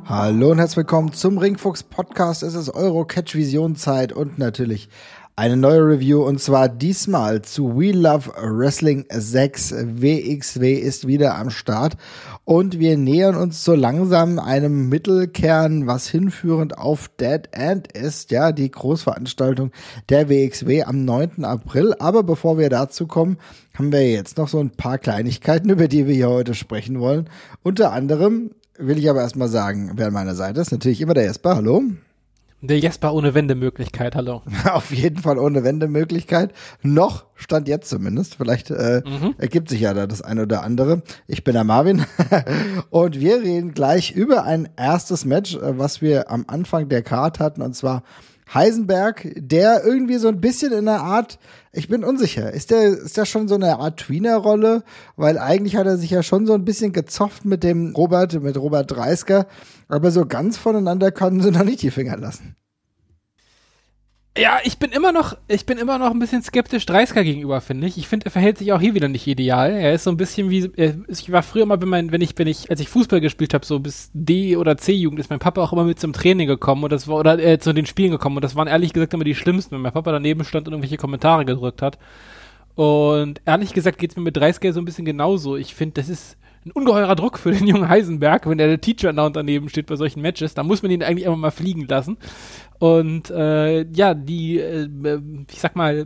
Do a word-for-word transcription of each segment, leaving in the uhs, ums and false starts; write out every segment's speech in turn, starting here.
Hallo und herzlich willkommen zum Ringfuchs Podcast. Es ist Euro Catch Vision Zeit und natürlich eine neue Review und zwar diesmal zu We Love Wrestling sechs. W X W ist wieder am Start und wir nähern uns so langsam einem Mittelkern, was hinführend auf Dead End ist, ja, die Großveranstaltung der W X W am neunten April. Aber bevor wir dazu kommen, haben wir jetzt noch so ein paar Kleinigkeiten, über die wir hier heute sprechen wollen. Unter anderem will ich aber erstmal sagen, wer an meiner Seite ist, natürlich immer der Jesper, hallo. Der Jesper ohne Wendemöglichkeit, hallo. Auf jeden Fall ohne Wendemöglichkeit. Noch, Stand jetzt zumindest. Vielleicht äh, mhm. ergibt sich ja da das eine oder andere. Ich bin der Marvin und wir reden gleich über ein erstes Match, was wir am Anfang der Card hatten, und zwar Heisenberg, der irgendwie so ein bisschen in einer Art, ich bin unsicher, ist der ist der schon so eine Art Tweener-Rolle? Weil eigentlich hat er sich ja schon so ein bisschen gezofft mit dem Robert, mit Robert Dreisker, aber so ganz voneinander konnten sie noch nicht die Finger lassen. Ja, ich bin immer noch, ich bin immer noch ein bisschen skeptisch Dreisker gegenüber, finde ich. Ich finde, er verhält sich auch hier wieder nicht ideal. Er ist so ein bisschen wie, ich war früher mal, wenn, mein, wenn ich, wenn ich, als ich Fußball gespielt habe, so bis D- oder C-Jugend, ist mein Papa auch immer mit zum Training gekommen und das war, oder äh, zu den Spielen gekommen und das waren ehrlich gesagt immer die schlimmsten, wenn mein Papa daneben stand und irgendwelche Kommentare gedrückt hat. Und ehrlich gesagt geht's mir mit Dreisker so ein bisschen genauso. Ich finde, das ist ein ungeheurer Druck für den jungen Heisenberg, wenn der Teacher da daneben steht bei solchen Matches, da muss man ihn eigentlich einfach mal fliegen lassen. Und äh, ja, die, äh, ich sag mal,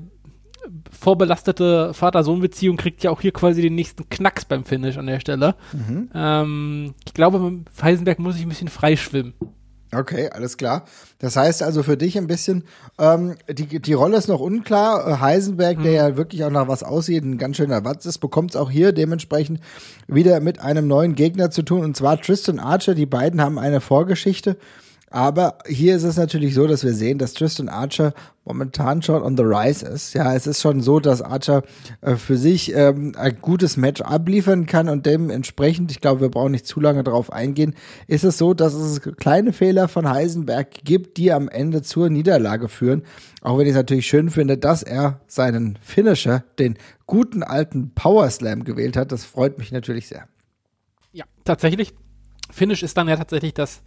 vorbelastete Vater-Sohn-Beziehung kriegt ja auch hier quasi den nächsten Knacks beim Finish an der Stelle. Mhm. Ähm, ich glaube, Heisenberg muss sich ein bisschen freischwimmen. Okay, alles klar. Das heißt also für dich ein bisschen, ähm, die, die Rolle ist noch unklar. Heisenberg, mhm. der ja wirklich auch nach was aussieht, ein ganz schöner Watz ist, bekommt es auch hier dementsprechend wieder mit einem neuen Gegner zu tun, und zwar Tristan Archer. Die beiden haben eine Vorgeschichte. Aber hier ist es natürlich so, dass wir sehen, dass Tristan Archer momentan schon on the rise ist. Ja, es ist schon so, dass Archer äh, für sich ähm, ein gutes Match abliefern kann und dementsprechend, ich glaube, wir brauchen nicht zu lange darauf eingehen, ist es so, dass es kleine Fehler von Heisenberg gibt, die am Ende zur Niederlage führen. Auch wenn ich es natürlich schön finde, dass er seinen Finisher, den guten alten Power Slam, gewählt hat. Das freut mich natürlich sehr. Ja, tatsächlich. Finish ist dann ja tatsächlich das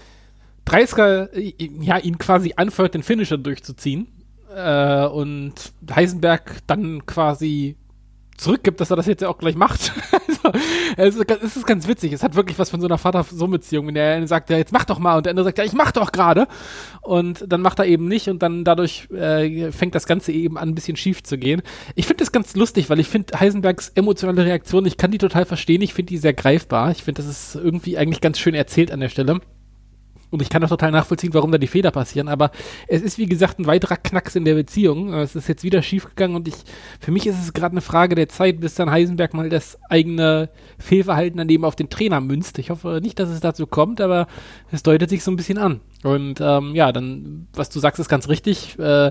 Dreisker, ja, ihn quasi anfeuert, den Finisher durchzuziehen äh, und Heisenberg dann quasi zurückgibt, dass er das jetzt ja auch gleich macht. Also, es ist ganz witzig. Es hat wirklich was von so einer Vater-Sohn-Beziehung, wenn der eine sagt, ja, jetzt mach doch mal, und der andere sagt, ja, ich mach doch gerade, und dann macht er eben nicht, und dann dadurch äh, fängt das Ganze eben an, ein bisschen schief zu gehen. Ich finde das ganz lustig, weil ich finde Heisenbergs emotionale Reaktion, ich kann die total verstehen, ich finde die sehr greifbar. Ich finde, das ist irgendwie eigentlich ganz schön erzählt an der Stelle. Und ich kann auch total nachvollziehen, warum da die Fehler passieren, aber es ist, wie gesagt, ein weiterer Knacks in der Beziehung. Es ist jetzt wieder schiefgegangen und ich, für mich ist es gerade eine Frage der Zeit, bis dann Heisenberg mal das eigene Fehlverhalten daneben auf den Trainer münzt. Ich hoffe nicht, dass es dazu kommt, aber es deutet sich so ein bisschen an. Und ähm, ja, dann, was du sagst, ist ganz richtig. Äh,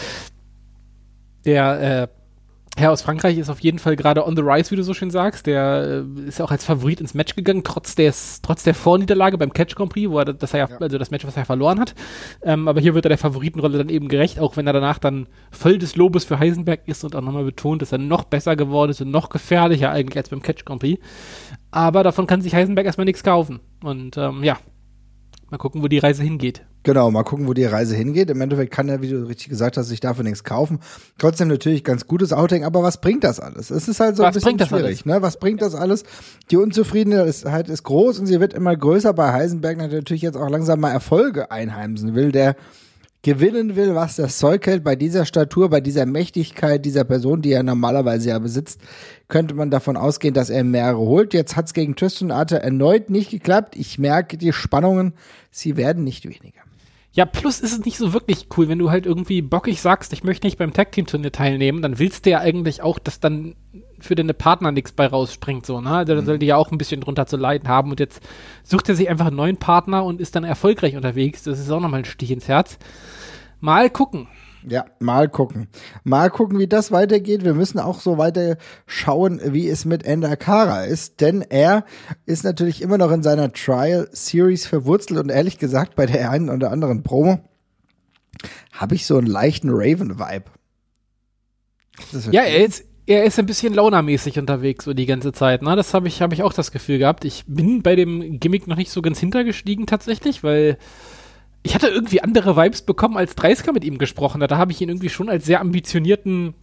der, äh, Herr aus Frankreich ist auf jeden Fall gerade on the rise, wie du so schön sagst. Der äh, ist auch als Favorit ins Match gegangen, trotz des, trotz der Vorniederlage beim Catch Grand Prix, wo er das, ja, also das Match, was er verloren hat. Ähm, aber hier wird er der Favoritenrolle dann eben gerecht, auch wenn er danach dann voll des Lobes für Heisenberg ist und auch nochmal betont, dass er noch besser geworden ist und noch gefährlicher eigentlich als beim Catch Grand Prix. Aber davon kann sich Heisenberg erstmal nichts kaufen. Und ähm, ja, mal gucken, wo die Reise hingeht. Genau, mal gucken, wo die Reise hingeht. Im Endeffekt kann er, wie du richtig gesagt hast, sich dafür nichts kaufen. Trotzdem natürlich ganz gutes Outing, aber was bringt das alles? Es ist halt so ein bisschen schwierig, ne? Was bringt das alles? Die Unzufriedenheit ist groß und sie wird immer größer, bei Heisenberg, der natürlich jetzt auch langsam mal Erfolge einheimsen will, der gewinnen will, was das Zeug hält. Bei dieser Statur, bei dieser Mächtigkeit dieser Person, die er normalerweise ja besitzt, könnte man davon ausgehen, dass er mehrere holt. Jetzt hat es gegen Tristan Archer erneut nicht geklappt. Ich merke die Spannungen, sie werden nicht weniger. Ja, plus ist es nicht so wirklich cool, wenn du halt irgendwie bockig sagst, ich möchte nicht beim Tag-Team-Turnier teilnehmen, dann willst du ja eigentlich auch, dass dann für deine Partner nichts bei rausspringt, so, ne? Also, dann mhm. soll die ja auch ein bisschen drunter zu leiden haben, und jetzt sucht er sich einfach einen neuen Partner und ist dann erfolgreich unterwegs. Das ist auch nochmal ein Stich ins Herz. Mal gucken. Ja, mal gucken. Mal gucken, wie das weitergeht. Wir müssen auch so weiter schauen, wie es mit Ender Kara ist, denn er ist natürlich immer noch in seiner Trial Series verwurzelt und ehrlich gesagt, bei der einen oder anderen Promo habe ich so einen leichten Raven-Vibe. Ja, er ist, er ist ein bisschen launermäßig unterwegs so die ganze Zeit, ne? Das habe ich, hab ich auch das Gefühl gehabt. Ich bin bei dem Gimmick noch nicht so ganz hintergestiegen tatsächlich, weil ich hatte irgendwie andere Vibes bekommen, als dreißiger mit ihm gesprochen hat. Da habe ich ihn irgendwie schon als sehr ambitionierten,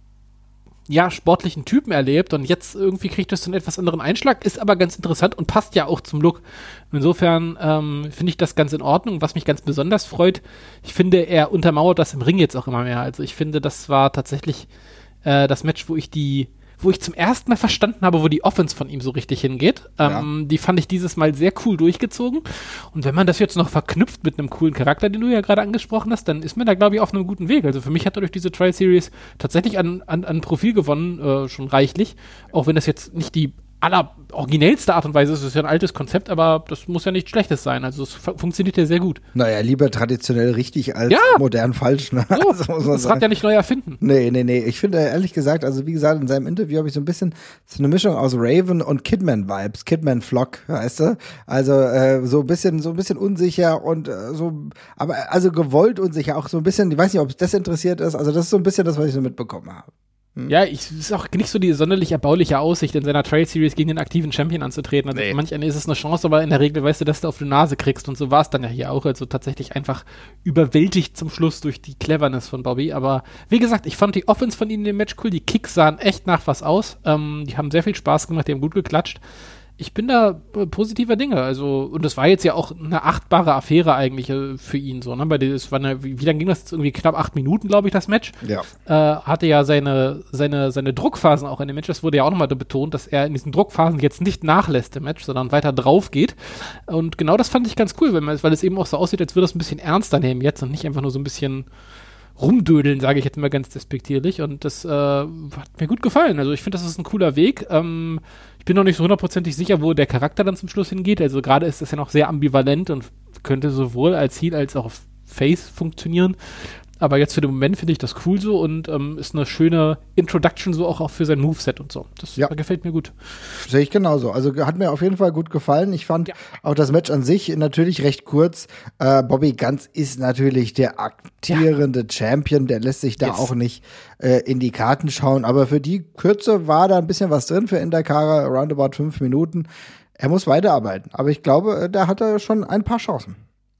ja, sportlichen Typen erlebt und jetzt irgendwie kriegt das so einen etwas anderen Einschlag, ist aber ganz interessant und passt ja auch zum Look. Insofern ähm, finde ich das ganz in Ordnung. Was mich ganz besonders freut, ich finde, er untermauert das im Ring jetzt auch immer mehr. Also ich finde, das war tatsächlich äh, das Match, wo ich die, wo ich zum ersten Mal verstanden habe, wo die Offense von ihm so richtig hingeht. Ähm, ja. Die fand ich dieses Mal sehr cool durchgezogen. Und wenn man das jetzt noch verknüpft mit einem coolen Charakter, den du ja gerade angesprochen hast, dann ist man da, glaube ich, auf einem guten Weg. Also für mich hat er durch diese Tri-Series tatsächlich an, an, an Profil gewonnen, äh, schon reichlich. Auch wenn das jetzt nicht die alleroriginellste Art und Weise ist, es ist ja ein altes Konzept, aber das muss ja nichts Schlechtes sein. Also es fu- funktioniert ja sehr gut. Naja, lieber traditionell richtig als ja. modern falsch. Ne? So, also, muss man das Rad ja nicht neu erfinden. Nee, nee, nee. Ich finde, ehrlich gesagt, also wie gesagt, in seinem Interview habe ich so ein bisschen so eine Mischung aus Raven und Kidman-Vibes. Kidman-Flock, weißt du? Also äh, so ein bisschen, so ein bisschen unsicher und äh, so, aber also gewollt unsicher, auch so ein bisschen, ich weiß nicht, ob es das interessiert ist, also das ist so ein bisschen das, was ich so mitbekommen habe. Hm. Ja, ich, es ist auch nicht so die sonderlich erbauliche Aussicht, in seiner Trade-Series gegen den aktiven Champion anzutreten. Also nee. Für manch einen ist es eine Chance, aber in der Regel weißt du, dass du auf die Nase kriegst. Und so war es dann ja hier auch. Also tatsächlich einfach überwältigt zum Schluss durch die Cleverness von Bobby. Aber wie gesagt, ich fand die Offense von ihnen in dem Match cool. Die Kicks sahen echt nach was aus. Ähm, die haben sehr viel Spaß gemacht, die haben gut geklatscht. Ich bin da äh, positiver Dinge, also, und das war jetzt ja auch eine achtbare Affäre eigentlich äh, für ihn, so, ne, weil das war eine, wie, wie lange ging das jetzt, irgendwie knapp acht Minuten, glaube ich, das Match. Ja. Äh, hatte ja seine, seine, seine Druckphasen auch in dem Match, das wurde ja auch nochmal betont, dass er in diesen Druckphasen jetzt nicht nachlässt im Match, sondern weiter drauf geht, und genau das fand ich ganz cool, weil, man, weil es eben auch so aussieht, als würde es ein bisschen ernster nehmen jetzt und nicht einfach nur so ein bisschen rumdödeln, sage ich jetzt mal ganz despektierlich, und das äh, hat mir gut gefallen. Also ich finde, das ist ein cooler Weg. Ähm, ich bin noch nicht so hundertprozentig sicher, wo der Charakter dann zum Schluss hingeht. Also gerade ist das ja noch sehr ambivalent und könnte sowohl als Heel als auch Face funktionieren. Aber jetzt für den Moment finde ich das cool so und ähm, ist eine schöne Introduction so auch, auch für sein Moveset und so. Das ja. gefällt mir gut. Sehe ich genauso. Also hat mir auf jeden Fall gut gefallen. Ich fand ja. auch das Match an sich natürlich recht kurz. Äh, Bobby Guns ist natürlich der aktierende ja. Champion. Der lässt sich da yes. auch nicht äh, in die Karten schauen. Aber für die Kürze war da ein bisschen was drin für Indakara. Roundabout fünf Minuten. Er muss weiterarbeiten. Aber ich glaube, da hat er schon ein paar Chancen.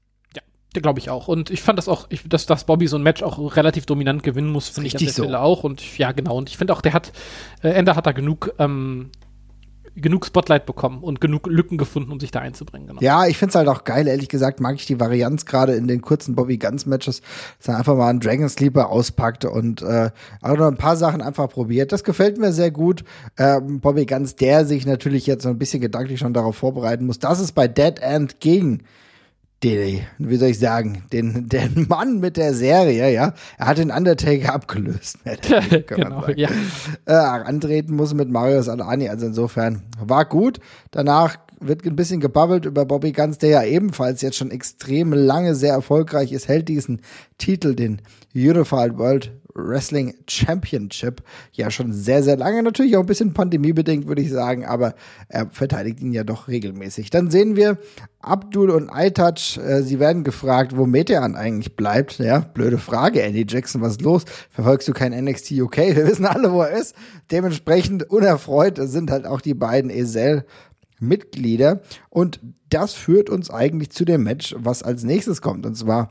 Glaube ich auch. Und ich fand das auch, ich, dass, dass Bobby so ein Match auch relativ dominant gewinnen muss, finde ich an der so. Stelle auch. Und ja, genau. Und ich finde auch, der hat, äh, Ender hat da genug, ähm, genug Spotlight bekommen und genug Lücken gefunden, um sich da einzubringen. Genau. Ja, ich finde es halt auch geil. Ehrlich gesagt mag ich die Varianz gerade in den kurzen Bobby Guns Matches, dass er einfach mal einen Dragon Sleeper auspackt und äh, auch noch ein paar Sachen einfach probiert. Das gefällt mir sehr gut. Ähm, Bobby Guns, der sich natürlich jetzt so ein bisschen gedanklich schon darauf vorbereiten muss, dass es bei Dead End gegen Den, wie soll ich sagen, den, den Mann mit der Serie, ja, er hat den Undertaker abgelöst. Genau, ja. Äh, antreten muss mit Marius Al-Ani, also insofern war gut. Danach wird ein bisschen gebabbelt über Bobby Guns, der ja ebenfalls jetzt schon extrem lange sehr erfolgreich ist, hält diesen Titel, den Unified World Wrestling Championship, ja schon sehr, sehr lange, natürlich auch ein bisschen pandemiebedingt, würde ich sagen, aber er verteidigt ihn ja doch regelmäßig. Dann sehen wir Abdul und iTouch, äh, sie werden gefragt, wo Metean eigentlich bleibt. Ja, blöde Frage, Andy Jackson, was ist los? Verfolgst du kein N X T U K? Wir wissen alle, wo er ist. Dementsprechend unerfreut sind halt auch die beiden Ezell-Mitglieder, und das führt uns eigentlich zu dem Match, was als nächstes kommt, und zwar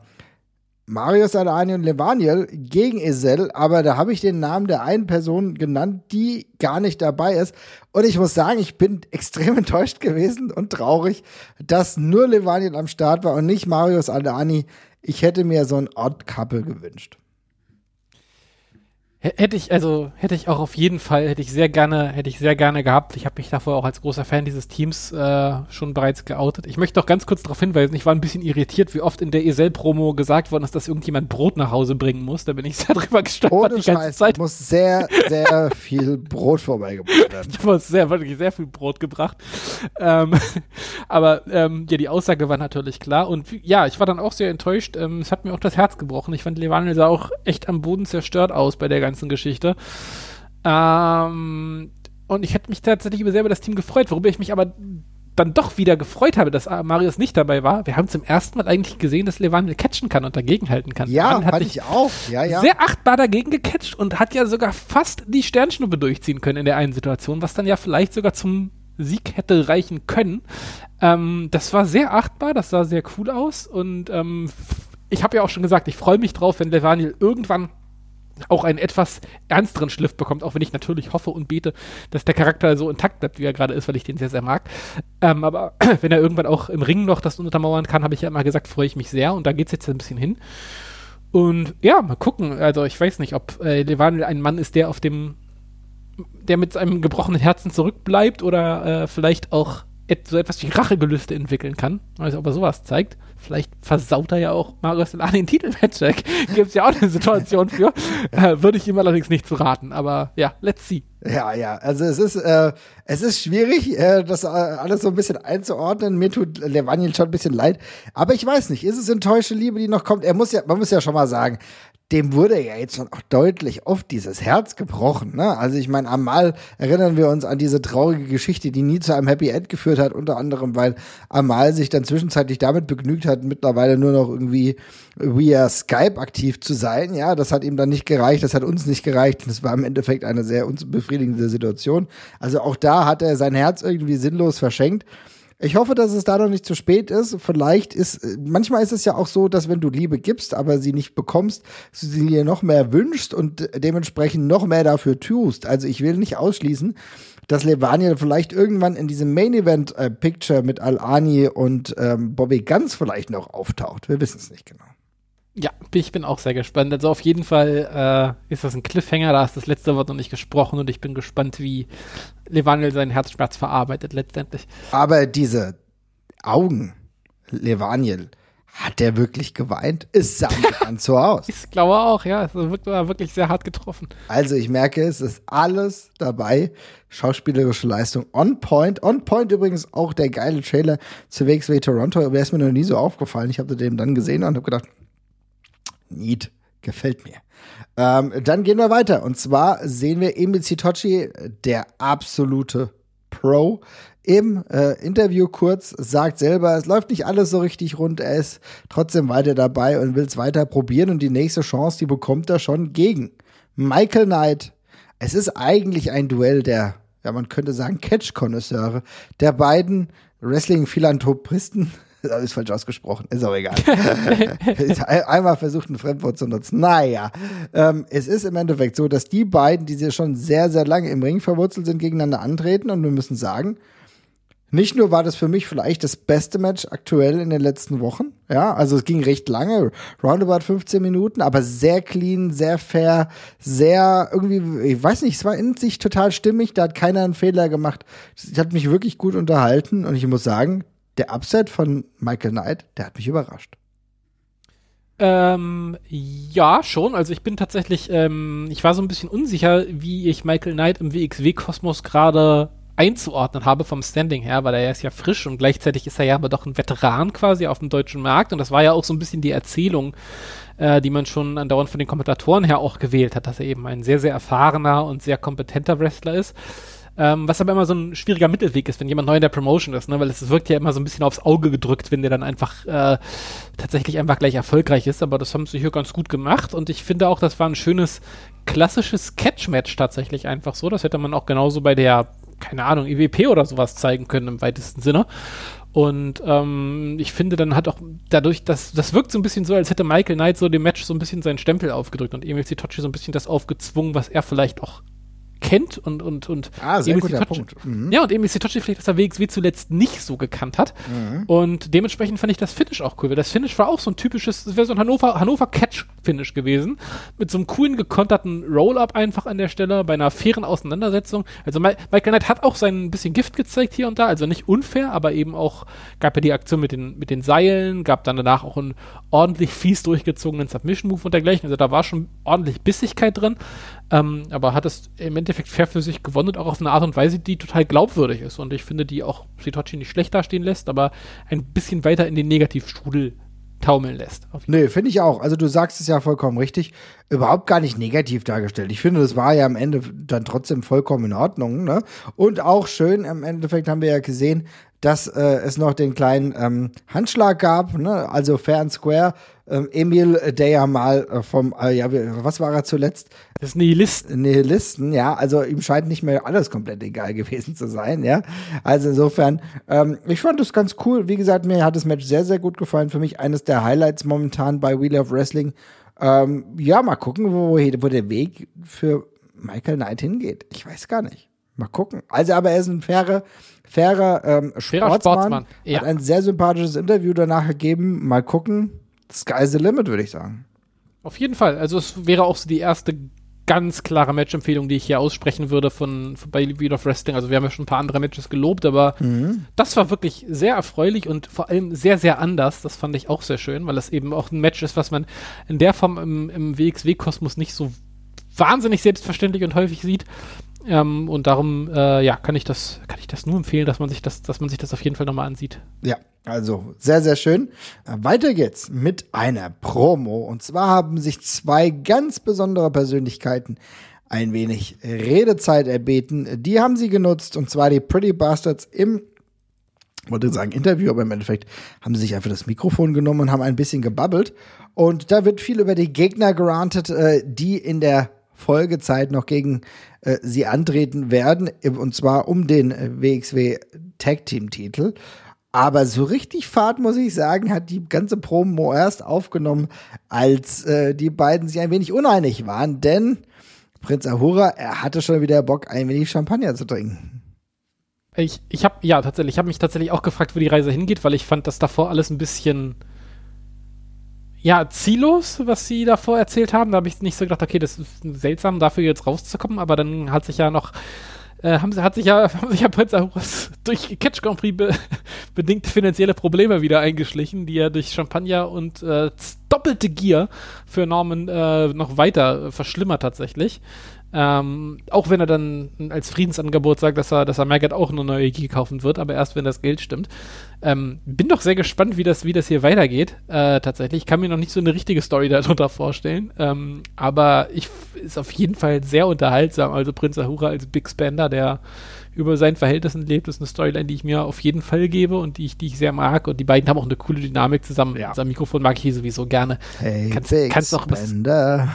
Marius Al-Ani und Levaniel gegen Ezell, aber da habe ich den Namen der einen Person genannt, die gar nicht dabei ist. Und ich muss sagen, ich bin extrem enttäuscht gewesen und traurig, dass nur Levaniel am Start war und nicht Marius Al-Ani. Ich hätte mir so ein Odd Couple gewünscht. Hätte ich, also, hätte ich auch auf jeden Fall, hätte ich sehr gerne, hätte ich sehr gerne gehabt. Ich habe mich davor auch als großer Fan dieses Teams äh, schon bereits geoutet. Ich möchte noch ganz kurz darauf hinweisen, ich war ein bisschen irritiert, wie oft in der Ezell-Promo gesagt worden ist, dass irgendjemand Brot nach Hause bringen muss. Da bin ich sehr drüber gestolpert Ohne die ganze Scheiß, Zeit. Muss sehr, sehr viel Brot vorbeigebracht werden. Ich muss sehr, wirklich sehr viel Brot gebracht. ähm, aber ähm, ja, die Aussage war natürlich klar. Und ja, ich war dann auch sehr enttäuscht. Ähm, es hat mir auch das Herz gebrochen. Ich fand, Levaniel sah auch echt am Boden zerstört aus bei der ganzen Geschichte. Ähm, und ich hätte mich tatsächlich über sehr über das Team gefreut, worüber ich mich aber dann doch wieder gefreut habe, dass Marius nicht dabei war. Wir haben zum ersten Mal eigentlich gesehen, dass Levaniel catchen kann und dagegenhalten kann. Ja, hat fand ich auch. Ja, ja. Sehr achtbar dagegen gecatcht und hat ja sogar fast die Sternschnuppe durchziehen können in der einen Situation, was dann ja vielleicht sogar zum Sieg hätte reichen können. Ähm, das war sehr achtbar, das sah sehr cool aus und ähm, ich habe ja auch schon gesagt, ich freue mich drauf, wenn Levaniel irgendwann auch einen etwas ernsteren Schliff bekommt, auch wenn ich natürlich hoffe und bete, dass der Charakter so intakt bleibt, wie er gerade ist, weil ich den sehr, sehr mag. Ähm, aber wenn er irgendwann auch im Ring noch das untermauern kann, habe ich ja immer gesagt, freue ich mich sehr und da geht es jetzt ein bisschen hin. Und ja, mal gucken. Also ich weiß nicht, ob äh, Levaniel ein Mann ist, der auf dem, der mit seinem gebrochenen Herzen zurückbleibt oder äh, vielleicht auch et- so etwas wie Rachegelüste entwickeln kann. Also ob er sowas zeigt. Vielleicht versaut er ja auch Marius Solani den Titelmatch. Gibt es ja auch eine Situation für. Äh, würde ich ihm allerdings nicht zu raten. Aber ja, let's see. Ja, ja, also es ist, äh, es ist schwierig, äh, das äh, alles so ein bisschen einzuordnen. Mir tut Levaniel schon ein bisschen leid. Aber ich weiß nicht, ist es enttäuschte Liebe, die noch kommt? Er muss ja, man muss ja schon mal sagen, dem wurde ja jetzt schon auch deutlich oft dieses Herz gebrochen, ne? Also ich meine, Amal, erinnern wir uns an diese traurige Geschichte, die nie zu einem Happy End geführt hat, unter anderem, weil Amal sich dann zwischenzeitlich damit begnügt hat, mittlerweile nur noch irgendwie via Skype aktiv zu sein. Ja, das hat ihm dann nicht gereicht, das hat uns nicht gereicht. Und das war im Endeffekt eine sehr unbefriedigende Situation. Also auch da hat er sein Herz irgendwie sinnlos verschenkt. Ich hoffe, dass es da noch nicht zu spät ist. Vielleicht ist, manchmal ist es ja auch so, dass wenn du Liebe gibst, aber sie nicht bekommst, du sie dir noch mehr wünschst und dementsprechend noch mehr dafür tust. Also ich will nicht ausschließen, dass Levaniel vielleicht irgendwann in diesem Main-Event-Picture mit Al-Ani und ähm, Bobby Guns vielleicht noch auftaucht. Wir wissen es nicht genau. Ja, ich bin auch sehr gespannt. Also auf jeden Fall äh, ist das ein Cliffhanger, da ist das letzte Wort noch nicht gesprochen und ich bin gespannt, wie Levaniel seinen Herzschmerz verarbeitet letztendlich. Aber diese Augen, Levaniel, hat der wirklich geweint? Es sah nicht ganz so aus. Ich glaube auch, ja. Es war wirklich sehr hart getroffen. Also ich merke, es ist alles dabei. Schauspielerische Leistung on point. On point übrigens auch der geile Trailer zu W X W Toronto. Der ist mir noch nie so aufgefallen. Ich habe den dann gesehen und habe gedacht, neat, gefällt mir. Ähm, dann gehen wir weiter. Und zwar sehen wir Emil Sitoci, der absolute Pro, im äh, Interview kurz sagt selber, es läuft nicht alles so richtig rund, er ist trotzdem weiter dabei und will es weiter probieren und die nächste Chance, die bekommt er schon gegen Michael Knight. Es ist eigentlich ein Duell der, ja man könnte sagen, Catch-Konnoisseure, der beiden Wrestling-Philanthropisten. Das ist falsch ausgesprochen, ist auch egal. Einmal versucht, ein Fremdwort zu nutzen. Naja, ähm, es ist im Endeffekt so, dass die beiden, die schon sehr, sehr lange im Ring verwurzelt sind, gegeneinander antreten. Und wir müssen sagen, nicht nur war das für mich vielleicht das beste Match aktuell in den letzten Wochen. Ja, also es ging recht lange, roundabout fünfzehn Minuten, aber sehr clean, sehr fair, sehr irgendwie, ich weiß nicht, es war in sich total stimmig, da hat keiner einen Fehler gemacht. Es hat mich wirklich gut unterhalten und ich muss sagen, der Upset von Michael Knight, der hat mich überrascht. Ähm, ja, schon. Also ich bin tatsächlich, ähm, ich war so ein bisschen unsicher, wie ich Michael Knight im W X W-Kosmos gerade einzuordnen habe vom Standing her, weil er ist ja frisch und gleichzeitig ist er ja aber doch ein Veteran quasi auf dem deutschen Markt und das war ja auch so ein bisschen die Erzählung, äh, die man schon andauernd von den Kommentatoren her auch gewählt hat, dass er eben ein sehr, sehr erfahrener und sehr kompetenter Wrestler ist. Ähm, was aber immer so ein schwieriger Mittelweg ist, wenn jemand neu in der Promotion ist, ne? Weil es wirkt ja immer so ein bisschen aufs Auge gedrückt, wenn der dann einfach äh, tatsächlich einfach gleich erfolgreich ist, aber das haben sie hier ganz gut gemacht und ich finde auch, das war ein schönes, klassisches Catch-Match tatsächlich einfach so, das hätte man auch genauso bei der, keine Ahnung, E W P oder sowas zeigen können im weitesten Sinne. Und ähm, ich finde, dann hat auch dadurch, dass das wirkt so ein bisschen so, als hätte Michael Knight so dem Match so ein bisschen seinen Stempel aufgedrückt und Emil Sitoci so ein bisschen das aufgezwungen, was er vielleicht auch kennt und und und ah, sehr Emil guter Sitoci, Punkt. Mhm. Ja, und Emil Sitoci vielleicht aus der W X W zuletzt nicht so gekannt hat. Mhm. Und dementsprechend fand ich das Finish auch cool, weil das Finish war auch so ein typisches, das wäre so ein Hannover, Hannover Catch-Finish gewesen, mit so einem coolen, gekonterten Roll-Up einfach an der Stelle, bei einer fairen Auseinandersetzung. Also Ma- Michael Knight hat auch sein bisschen Gift gezeigt hier und da, also nicht unfair, aber eben auch, gab ja die Aktion mit den, mit den Seilen, gab dann danach auch einen ordentlich fies durchgezogenen Submission-Move und dergleichen, also da war schon ordentlich Bissigkeit drin, ähm, aber hat es im Endeffekt fair für sich gewonnen und auch auf eine Art und Weise, die total glaubwürdig ist und ich finde, die auch Sitoci nicht schlecht dastehen lässt, aber ein bisschen weiter in den Negativstrudel taumeln lässt. Nee, finde ich auch. Also du sagst es ja vollkommen richtig. überhaupt gar nicht negativ dargestellt. Ich finde, das war ja am Ende dann trotzdem vollkommen in Ordnung, ne? Und auch schön, im Endeffekt haben wir ja gesehen, dass äh, es noch den kleinen ähm, Handschlag gab, ne? Also fair and square. Ähm, Emil, der ja mal äh, vom, äh, ja, was war er zuletzt? Das Nihilisten. Nihilisten, ja. Also ihm scheint nicht mehr alles komplett egal gewesen zu sein, ja. Also insofern, ähm, ich fand das ganz cool. Wie gesagt, mir hat das Match sehr, sehr gut gefallen. Für mich eines der Highlights momentan bei We Love Wrestling. Ähm, ja, mal gucken, wo, wo der Weg für Michael Knight hingeht. Ich weiß gar nicht. Mal gucken. Also, aber er ist ein fairer, fairer ähm, Sportsmann. Sportsmann. Ja. Hat ein sehr sympathisches Interview danach gegeben. Mal gucken. Sky's the limit, würde ich sagen. Auf jeden Fall. Also, es wäre auch so die erste ganz klare Match-Empfehlung, die ich hier aussprechen würde von, von bei We Love Wrestling. Also, wir haben ja schon ein paar andere Matches gelobt, aber mhm. das war wirklich sehr erfreulich und vor allem sehr, sehr anders. Das fand ich auch sehr schön, weil das eben auch ein Match ist, was man in der Form im, im W X W-Kosmos nicht so wahnsinnig selbstverständlich und häufig sieht. Ähm, und darum, äh, ja, kann ich das, kann ich das nur empfehlen, dass man sich das, dass man sich das auf jeden Fall nochmal ansieht. Ja, also sehr, sehr schön. Weiter geht's mit einer Promo. Und zwar haben sich zwei ganz besondere Persönlichkeiten ein wenig Redezeit erbeten. Die haben sie genutzt, und zwar die Pretty Bastards im, wollte sagen Interview, aber im Endeffekt haben sie sich einfach das Mikrofon genommen und haben ein bisschen gebabbelt. Und da wird viel über die Gegner gerantet, äh, die in der Folgezeit noch gegen äh, sie antreten werden, und zwar um den äh, W X W Tag Team Titel. Aber so richtig Fahrt, muss ich sagen, hat die ganze Promo erst aufgenommen, als äh, die beiden sich ein wenig uneinig waren, denn Prinz Ahura, er hatte schon wieder Bock, ein wenig Champagner zu trinken. Ich, ich habe ja tatsächlich, ich habe mich tatsächlich auch gefragt, wo die Reise hingeht, weil ich fand das davor alles ein bisschen ja, ziellos, was sie davor erzählt haben. Da habe ich nicht so gedacht, okay, das ist seltsam, dafür jetzt rauszukommen, aber dann hat sich ja noch, äh, haben sie, hat sich ja, haben sich ja Prinz Ahuras durch Catch Grand Prix be- bedingte finanzielle Probleme wieder eingeschlichen, die er durch Champagner und äh, doppelte Gier für Norman äh, noch weiter äh, verschlimmert tatsächlich. Ähm, auch wenn er dann als Friedensangebot sagt, dass er, dass er Maggot auch eine neue Gier kaufen wird, aber erst, wenn das Geld stimmt. Ähm, bin doch sehr gespannt, wie das, wie das hier weitergeht. Äh, tatsächlich. Ich kann mir noch nicht so eine richtige Story darunter vorstellen. Ähm, aber ich ist auf jeden Fall sehr unterhaltsam. Also Prinz Ahura als Big Spender, der über seinen Verhältnissen lebt, ist eine Storyline, die ich mir auf jeden Fall gebe und die ich, die ich sehr mag. Und die beiden haben auch eine coole Dynamik zusammen. Ja. Sein Mikrofon mag ich hier sowieso gerne. Hey, kannst, Big kannst noch Spender.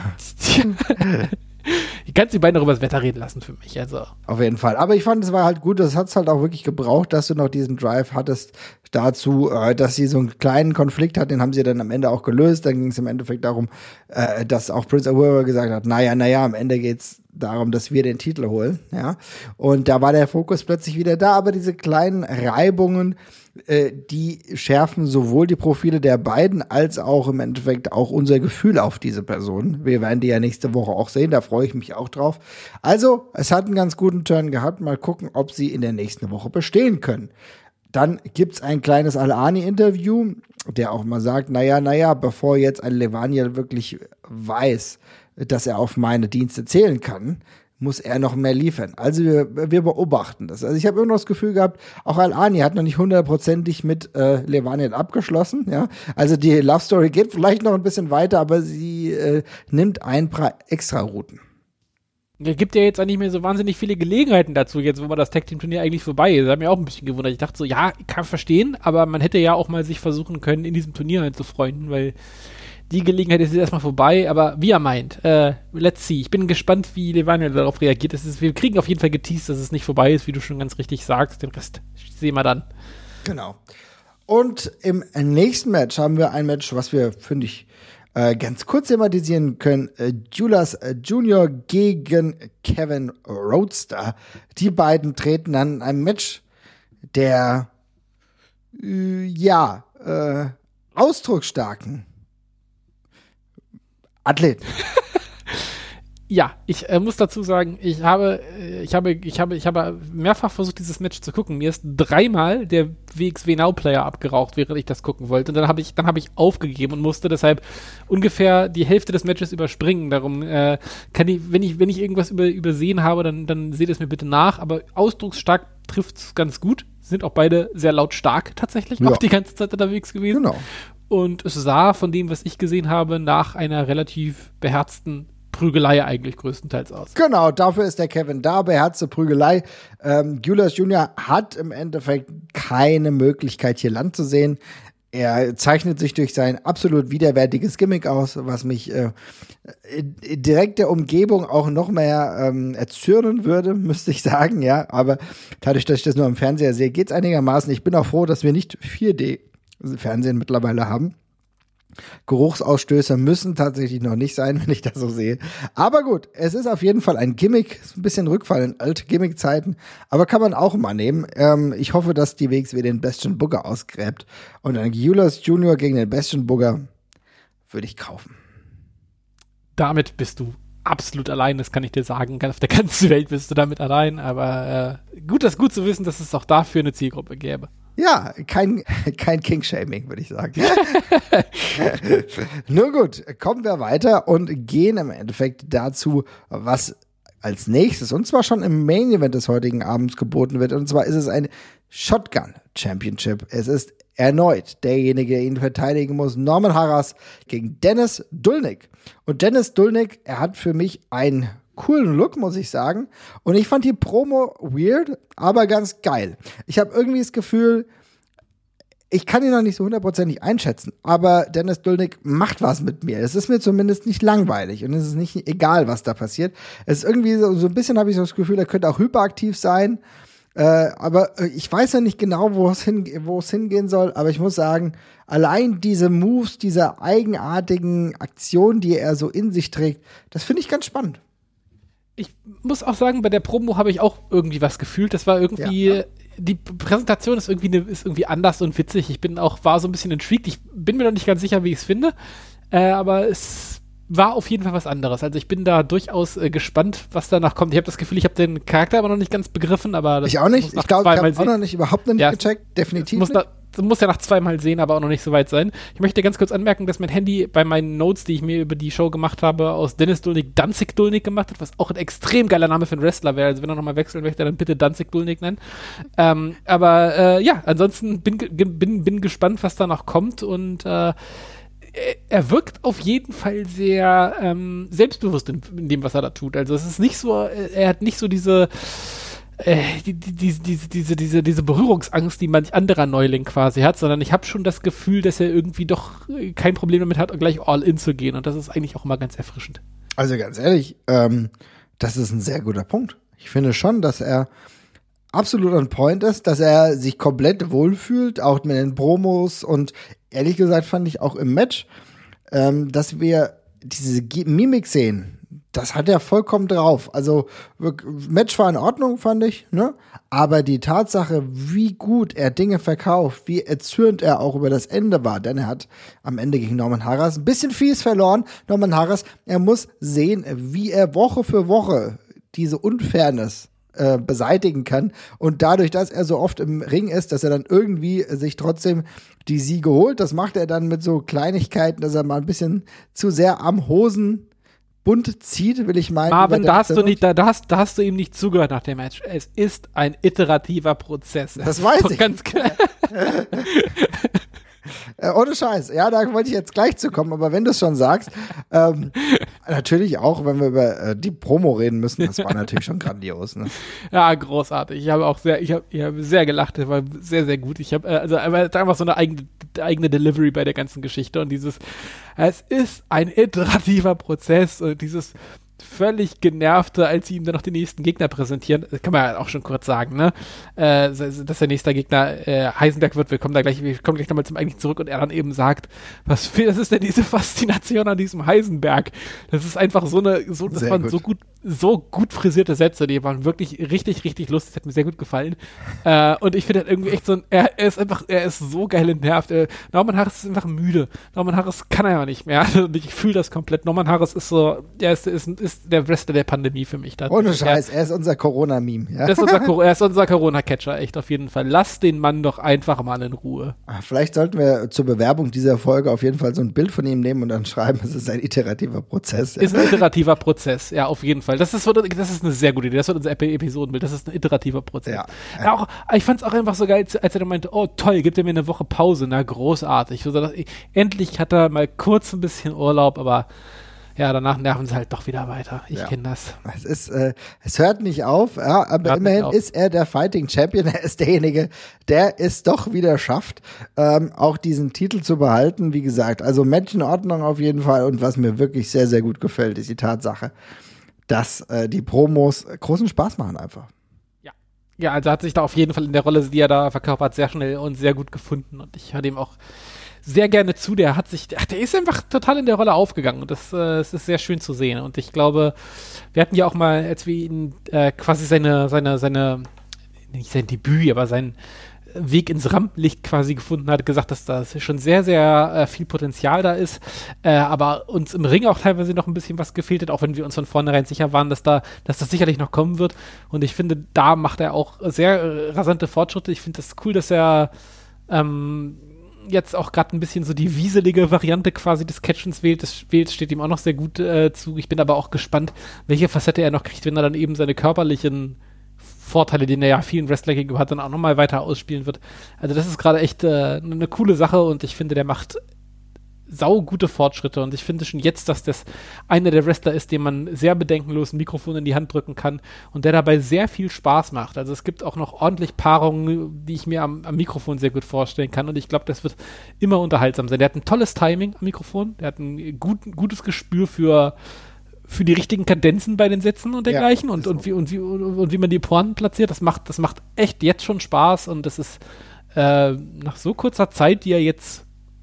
Ich kann die beiden noch über das Wetter reden lassen für mich. Also. Auf jeden Fall. Aber ich fand, es war halt gut, das hat es halt auch wirklich gebraucht, dass du noch diesen Drive hattest dazu, äh, dass sie so einen kleinen Konflikt hat, den haben sie dann am Ende auch gelöst. Dann ging es im Endeffekt darum, äh, dass auch Prince Ahura gesagt hat, naja, naja, am Ende geht's darum, dass wir den Titel holen. Ja. Und da war der Fokus plötzlich wieder da, aber diese kleinen Reibungen, äh, die schärfen sowohl die Profile der beiden als auch im Endeffekt auch unser Gefühl auf diese Person. Wir werden die ja nächste Woche auch sehen, da freue ich mich auch drauf. Also, es hat einen ganz guten Turn gehabt. Mal gucken, ob sie in der nächsten Woche bestehen können. Dann gibt's ein kleines Al-Ani-Interview, der auch mal sagt, naja, naja, bevor jetzt ein Levaniel wirklich weiß, dass er auf meine Dienste zählen kann, muss er noch mehr liefern. Also wir, wir beobachten das. Also ich habe immer noch das Gefühl gehabt, auch Al-Ani hat noch nicht hundertprozentig mit äh, Levaniel abgeschlossen. Ja, also die Love Story geht vielleicht noch ein bisschen weiter, aber sie äh, nimmt ein paar Extra-Routen. Es gibt ja jetzt auch nicht mehr so wahnsinnig viele Gelegenheiten dazu, jetzt wo man das Tag-Team-Turnier eigentlich vorbei ist. Das hat mich auch ein bisschen gewundert. Ich dachte so, ja, ich kann verstehen, aber man hätte ja auch mal sich versuchen können, in diesem Turnier halt zu freunden, weil die Gelegenheit ist jetzt erstmal vorbei, aber wie er meint, äh, let's see. Ich bin gespannt, wie Levaniel darauf reagiert. Es ist, wir kriegen auf jeden Fall geteased, dass es nicht vorbei ist, wie du schon ganz richtig sagst. Den Rest sehen wir dann. Genau. Und im nächsten Match haben wir ein Match, was wir, finde ich, äh, ganz kurz thematisieren können. Äh, Julas äh, Junior gegen Kevin Roadster. Die beiden treten an in einem Match der, äh, ja, äh, ausdrucksstarken Athleten. Ja, ich äh, muss dazu sagen, ich habe, äh, ich habe, ich habe, ich habe mehrfach versucht, dieses Match zu gucken. Mir ist dreimal der W X W Now Player abgeraucht, während ich das gucken wollte. Und dann habe ich, dann habe ich aufgegeben und musste deshalb ungefähr die Hälfte des Matches überspringen. Darum äh, kann ich, wenn ich, wenn ich irgendwas über, übersehen habe, dann, dann seht es mir bitte nach. Aber ausdrucksstark trifft's ganz gut. Sind auch beide sehr lautstark tatsächlich, ja. Auch die ganze Zeit unterwegs gewesen. Genau. und es sah von dem, was ich gesehen habe, nach einer relativ beherzten Prügelei eigentlich größtenteils aus. Genau, dafür ist der Kevin da, beherzte Prügelei. Ähm, Gulas Junior hat im Endeffekt keine Möglichkeit, hier Land zu sehen. Er zeichnet sich durch sein absolut widerwärtiges Gimmick aus, was mich äh, direkt der Umgebung auch noch mehr ähm, erzürnen würde, müsste ich sagen, ja. Aber dadurch, dass ich das nur im Fernseher sehe, geht's einigermaßen. Ich bin auch froh, dass wir nicht vier D-Fernsehen mittlerweile haben. Geruchsausstöße müssen tatsächlich noch nicht sein, wenn ich das so sehe. Aber gut, es ist auf jeden Fall ein Gimmick, ein bisschen Rückfall in alte Gimmick-Zeiten, aber kann man auch mal nehmen. Ähm, ich hoffe, dass die W X W den Bastion Booger ausgräbt. Und ein Gulas Junior gegen den Bastion Booger würde ich kaufen. Damit bist du absolut allein, das kann ich dir sagen. Auf der ganzen Welt bist du damit allein, aber äh, gut, das ist gut zu wissen, dass es auch dafür eine Zielgruppe gäbe. Ja, kein, kein King-Shaming, würde ich sagen. Nur gut, kommen wir weiter und gehen im Endeffekt dazu, was als nächstes, und zwar schon im Main-Event des heutigen Abends geboten wird, und zwar ist es ein Shotgun Championship. Es ist erneut derjenige, der ihn verteidigen muss, Norman Harras gegen Dennis Dulnik. Und Dennis Dulnik, er hat für mich einen coolen Look, muss ich sagen. Und ich fand die Promo weird, aber ganz geil. Ich habe irgendwie das Gefühl, ich kann ihn noch nicht so hundertprozentig einschätzen, aber Dennis Dulnik macht was mit mir. Es ist mir zumindest nicht langweilig und es ist nicht egal, was da passiert. Es ist irgendwie so, so ein bisschen, habe ich so das Gefühl, er könnte auch hyperaktiv sein. Äh, aber ich weiß ja nicht genau, wo es hin, wo es hingehen soll, aber ich muss sagen, allein diese Moves, diese eigenartigen Aktionen, die er so in sich trägt, das finde ich ganz spannend. Ich muss auch sagen, bei der Promo habe ich auch irgendwie was gefühlt. Das war irgendwie, ja, ja. Die Präsentation ist irgendwie, ne, ist irgendwie anders und witzig. Ich bin auch, war so ein bisschen intrigued. Ich bin mir noch nicht ganz sicher, wie ich es finde, äh, aber es war auf jeden Fall was anderes. Also ich bin da durchaus äh, gespannt, was danach kommt. Ich habe das Gefühl, ich habe den Charakter aber noch nicht ganz begriffen, aber das ich auch nicht. Ich glaube, ich habe auch noch nicht überhaupt noch nicht ja, gecheckt. Definitiv muss nicht. Da, muss ja nach zweimal sehen, aber auch noch nicht so weit sein. Ich möchte ganz kurz anmerken, dass mein Handy bei meinen Notes, die ich mir über die Show gemacht habe, aus Dennis Dulnik Danzig Dulnik gemacht hat, was auch ein extrem geiler Name für einen Wrestler wäre. Also wenn er nochmal wechseln möchte, dann bitte Danzig Dulnik nennen. ähm, aber äh, ja, ansonsten bin, bin, bin gespannt, was da noch kommt und äh, er wirkt auf jeden Fall sehr ähm, selbstbewusst in, in dem, was er da tut. Also es ist nicht so, er hat nicht so diese Äh, die, die, die, diese, diese, diese, diese Berührungsangst, die manch anderer Neuling quasi hat, sondern ich habe schon das Gefühl, dass er irgendwie doch kein Problem damit hat, gleich all in zu gehen. Und das ist eigentlich auch immer ganz erfrischend. Also ganz ehrlich, ähm, das ist ein sehr guter Punkt. Ich finde schon, dass er absolut on point ist, dass er sich komplett wohlfühlt, auch mit den Promos und ehrlich gesagt fand ich auch im Match, ähm, dass wir diese G- Mimik sehen. Das hat er vollkommen drauf. Also, Match war in Ordnung, fand ich, ne? Aber die Tatsache, wie gut er Dinge verkauft, wie erzürnt er auch über das Ende war, denn er hat am Ende gegen Norman Harras ein bisschen fies verloren. Norman Harras, er muss sehen, wie er Woche für Woche diese Unfairness äh, beseitigen kann. Und dadurch, dass er so oft im Ring ist, dass er dann irgendwie sich trotzdem die Siege holt. Das macht er dann mit so Kleinigkeiten, dass er mal ein bisschen zu sehr am Hosen bunt zieht, will ich meinen. Marvin, da hast, du nicht, da, da, hast, da hast du ihm nicht zugehört nach dem Match. Es ist ein iterativer Prozess. Das weiß ich. Ganz klar. Äh, ohne Scheiß. Ja, da wollte ich jetzt gleich zu kommen, aber wenn du es schon sagst, ähm, natürlich auch, wenn wir über äh, die Promo reden müssen, das war natürlich schon grandios. Ne? Ja, großartig. Ich habe auch sehr, ich habe ich hab sehr gelacht, das war sehr, sehr gut. Ich habe, äh, also einfach so eine eigene, eigene Delivery bei der ganzen Geschichte und dieses, es ist ein iterativer Prozess und dieses völlig genervte, als sie ihm dann noch den nächsten Gegner präsentieren. Das kann man ja auch schon kurz sagen, ne? Äh, dass der nächste Gegner äh, Heisenberg wird. Wir kommen da gleich, wir kommen gleich nochmal zum Eigentlichen zurück und er dann eben sagt, was für, das ist denn diese Faszination an diesem Heisenberg? Das ist einfach so eine, so, das sehr waren gut. so gut, so gut frisierte Sätze, die waren wirklich richtig, richtig lustig. Das hat mir sehr gut gefallen. Äh, und ich finde halt irgendwie echt so ein, er, er ist einfach, er ist so geil entnervt. Äh, Norman Harras ist einfach müde. Norman Harras kann er ja nicht mehr. Und ich fühle das komplett. Norman Harras ist so, er ist, ist, ist ist der Wrestler der Pandemie für mich. Das Ohne Scheiß, er ist unser Corona-Meme. Ja? Das ist unser, er ist unser Corona-Catcher, echt auf jeden Fall. Lass den Mann doch einfach mal in Ruhe. Vielleicht sollten wir zur Bewerbung dieser Folge auf jeden Fall so ein Bild von ihm nehmen und dann schreiben, es ist ein iterativer Prozess. Ja? Ist ein iterativer Prozess, ja, auf jeden Fall. Das ist, das ist eine sehr gute Idee. Das wird unser Episodenbild. Das ist ein iterativer Prozess. Ja. Ja, auch, ich fand es auch einfach so geil, als er dann meinte, oh toll, gibt er mir eine Woche Pause. Na, großartig. So, das, endlich hat er mal kurz ein bisschen Urlaub, aber ja, danach nerven sie halt doch wieder weiter. Ich ja. kenne das. Es ist, äh, es hört nicht auf, ja, aber hört immerhin ist er der Fighting Champion. Er ist derjenige, der es doch wieder schafft, ähm, auch diesen Titel zu behalten. Wie gesagt, also Match in Ordnung auf jeden Fall. Und was mir wirklich sehr, sehr gut gefällt, ist die Tatsache, dass äh, die Promos großen Spaß machen einfach. Ja. Ja, also hat sich da auf jeden Fall in der Rolle, die er da verkörpert, sehr schnell und sehr gut gefunden. Und ich höre dem auch sehr gerne zu, der hat sich, ach, der ist einfach total in der Rolle aufgegangen und das, äh, das ist sehr schön zu sehen und ich glaube, wir hatten ja auch mal, als wir ihn äh, quasi seine, seine, seine, nicht sein Debüt, aber seinen Weg ins Rampenlicht quasi gefunden hat, gesagt, dass da schon sehr, sehr äh, viel Potenzial da ist, äh, aber uns im Ring auch teilweise noch ein bisschen was gefehlt hat, auch wenn wir uns von vornherein sicher waren, dass da, dass das sicherlich noch kommen wird und ich finde, da macht er auch sehr äh, rasante Fortschritte. Ich finde das cool, dass er ähm, jetzt auch gerade ein bisschen so die wieselige Variante quasi des Catchens wählt. Das wählt, steht ihm auch noch sehr gut äh, zu. Ich bin aber auch gespannt, welche Facette er noch kriegt, wenn er dann eben seine körperlichen Vorteile, die er ja vielen Wrestler gegenüber hat, dann auch nochmal weiter ausspielen wird. Also das ist gerade echt äh, eine coole Sache und ich finde, der macht sau gute Fortschritte und ich finde schon jetzt, dass das einer der Wrestler ist, dem man sehr bedenkenlos ein Mikrofon in die Hand drücken kann und der dabei sehr viel Spaß macht. Also es gibt auch noch ordentlich Paarungen, die ich mir am, am Mikrofon sehr gut vorstellen kann und ich glaube, das wird immer unterhaltsam sein. Der hat ein tolles Timing am Mikrofon, der hat ein gut, gutes Gespür für für die richtigen Kadenzen bei den Sätzen und dergleichen ja, und, und, wie, und, wie, und, und wie man die Pointen platziert. Das macht, das macht echt jetzt schon Spaß und das ist äh, nach so kurzer Zeit, die er jetzt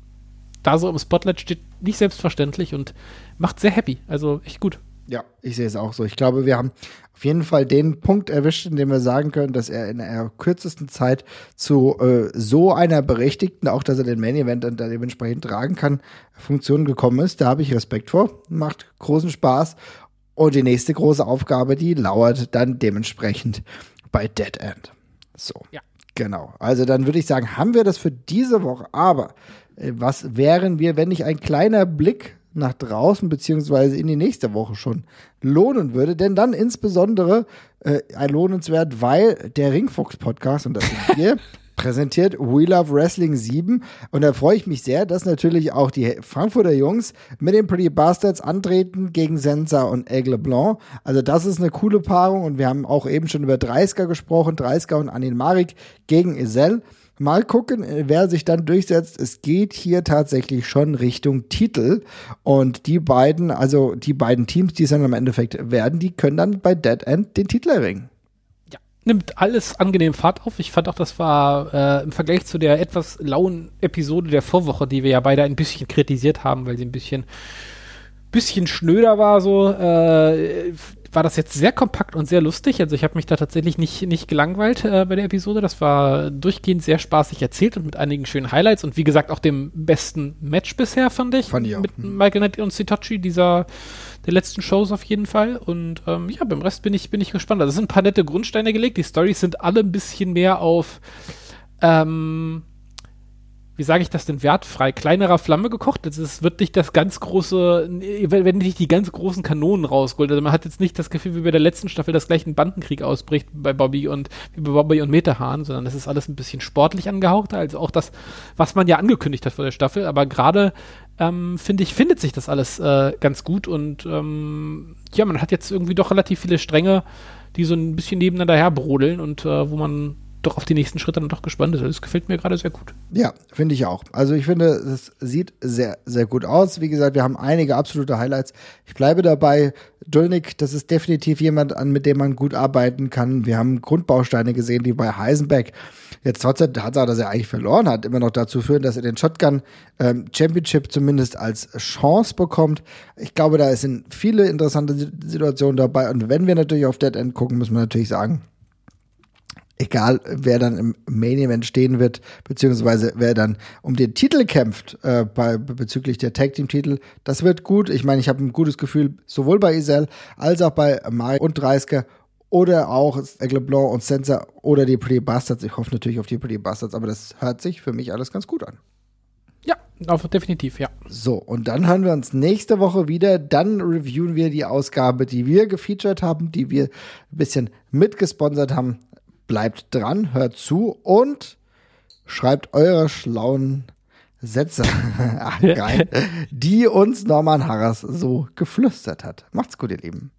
da so im Spotlight steht, nicht selbstverständlich und macht sehr happy. Also echt gut. Ja, ich sehe es auch so. Ich glaube, wir haben auf jeden Fall den Punkt erwischt, in dem wir sagen können, dass er in der kürzesten Zeit zu äh, so einer berechtigten, auch dass er den Main Event dann dementsprechend tragen kann, Funktion gekommen ist. Da habe ich Respekt vor. Macht großen Spaß. Und die nächste große Aufgabe, die lauert dann dementsprechend bei Dead End. So. Ja. Genau. Also dann würde ich sagen, haben wir das für diese Woche. Aber äh, was wären wir, wenn nicht ein kleiner Blick nach draußen beziehungsweise in die nächste Woche schon lohnen würde, denn dann insbesondere äh, lohnenswert, weil der Ringfuchs-Podcast, und das sind wir, präsentiert We Love Wrestling sieben und da freue ich mich sehr, dass natürlich auch die Frankfurter Jungs mit den Pretty Bastards antreten gegen Senza und Aigle Blanc, also das ist eine coole Paarung und wir haben auch eben schon über Dreisker gesprochen, Dreisker und Anin Marik gegen Ezel. Mal gucken, wer sich dann durchsetzt. Es geht hier tatsächlich schon Richtung Titel. Und die beiden, also die beiden Teams, die es dann im Endeffekt werden, die können dann bei Dead End den Titel erringen. Ja, nimmt alles angenehm Fahrt auf. Ich fand auch, das war äh, im Vergleich zu der etwas lauen Episode der Vorwoche, die wir ja beide ein bisschen kritisiert haben, weil sie ein bisschen, bisschen schnöder war, so, äh, war das jetzt sehr kompakt und sehr lustig. Also ich habe mich da tatsächlich nicht, nicht gelangweilt äh, bei der Episode. Das war durchgehend sehr spaßig erzählt und mit einigen schönen Highlights und wie gesagt auch dem besten Match bisher, fand ich. Fand ich auch. Mit Michael Knight und Sitochi, dieser der letzten Shows auf jeden Fall. Und ähm, ja, beim Rest bin ich, bin ich gespannt. Also es sind ein paar nette Grundsteine gelegt. Die Storys sind alle ein bisschen mehr auf ähm, wie sage ich das denn wertfrei, kleinerer Flamme gekocht. Es wird nicht das ganz große, wenn nicht die ganz großen Kanonen rausgeholt. Also man hat jetzt nicht das Gefühl, wie bei der letzten Staffel, dass gleich ein Bandenkrieg ausbricht bei Bobby und wie bei Bobby und Metehan, sondern es ist alles ein bisschen sportlich angehauchter, also auch das, was man ja angekündigt hat vor der Staffel. Aber gerade ähm, finde ich, findet sich das alles äh, ganz gut und ähm, ja, man hat jetzt irgendwie doch relativ viele Stränge, die so ein bisschen nebeneinander herbrodeln und äh, wo man doch auf die nächsten Schritte dann doch gespannt ist. Das gefällt mir gerade sehr gut. Ja, finde ich auch. Also ich finde, es sieht sehr, sehr gut aus. Wie gesagt, wir haben einige absolute Highlights. Ich bleibe dabei. Dulnik, das ist definitiv jemand, an mit dem man gut arbeiten kann. Wir haben Grundbausteine gesehen, die bei Heisenberg jetzt trotz der Tatsache, dass er eigentlich verloren hat, immer noch dazu führen, dass er den Shotgun ähm, Championship zumindest als Chance bekommt. Ich glaube, da sind viele interessante Situationen dabei. Und wenn wir natürlich auf Dead End gucken, müssen wir natürlich sagen, egal wer dann im Main Event stehen wird, beziehungsweise wer dann um den Titel kämpft, äh, bei, bezüglich der Tag Team Titel, das wird gut. Ich meine, ich habe ein gutes Gefühl, sowohl bei Isel als auch bei Mario und Dreisker oder auch Aigle Blanc und Sensor oder die Pretty Bastards. Ich hoffe natürlich auf die Pretty Bastards, aber das hört sich für mich alles ganz gut an. Ja, auf, definitiv, ja. So, und dann hören wir uns nächste Woche wieder. Dann reviewen wir die Ausgabe, die wir gefeatured haben, die wir ein bisschen mitgesponsert haben. Bleibt dran, hört zu und schreibt eure schlauen Sätze rein, die uns Norman Harras so geflüstert hat. Macht's gut, ihr Lieben.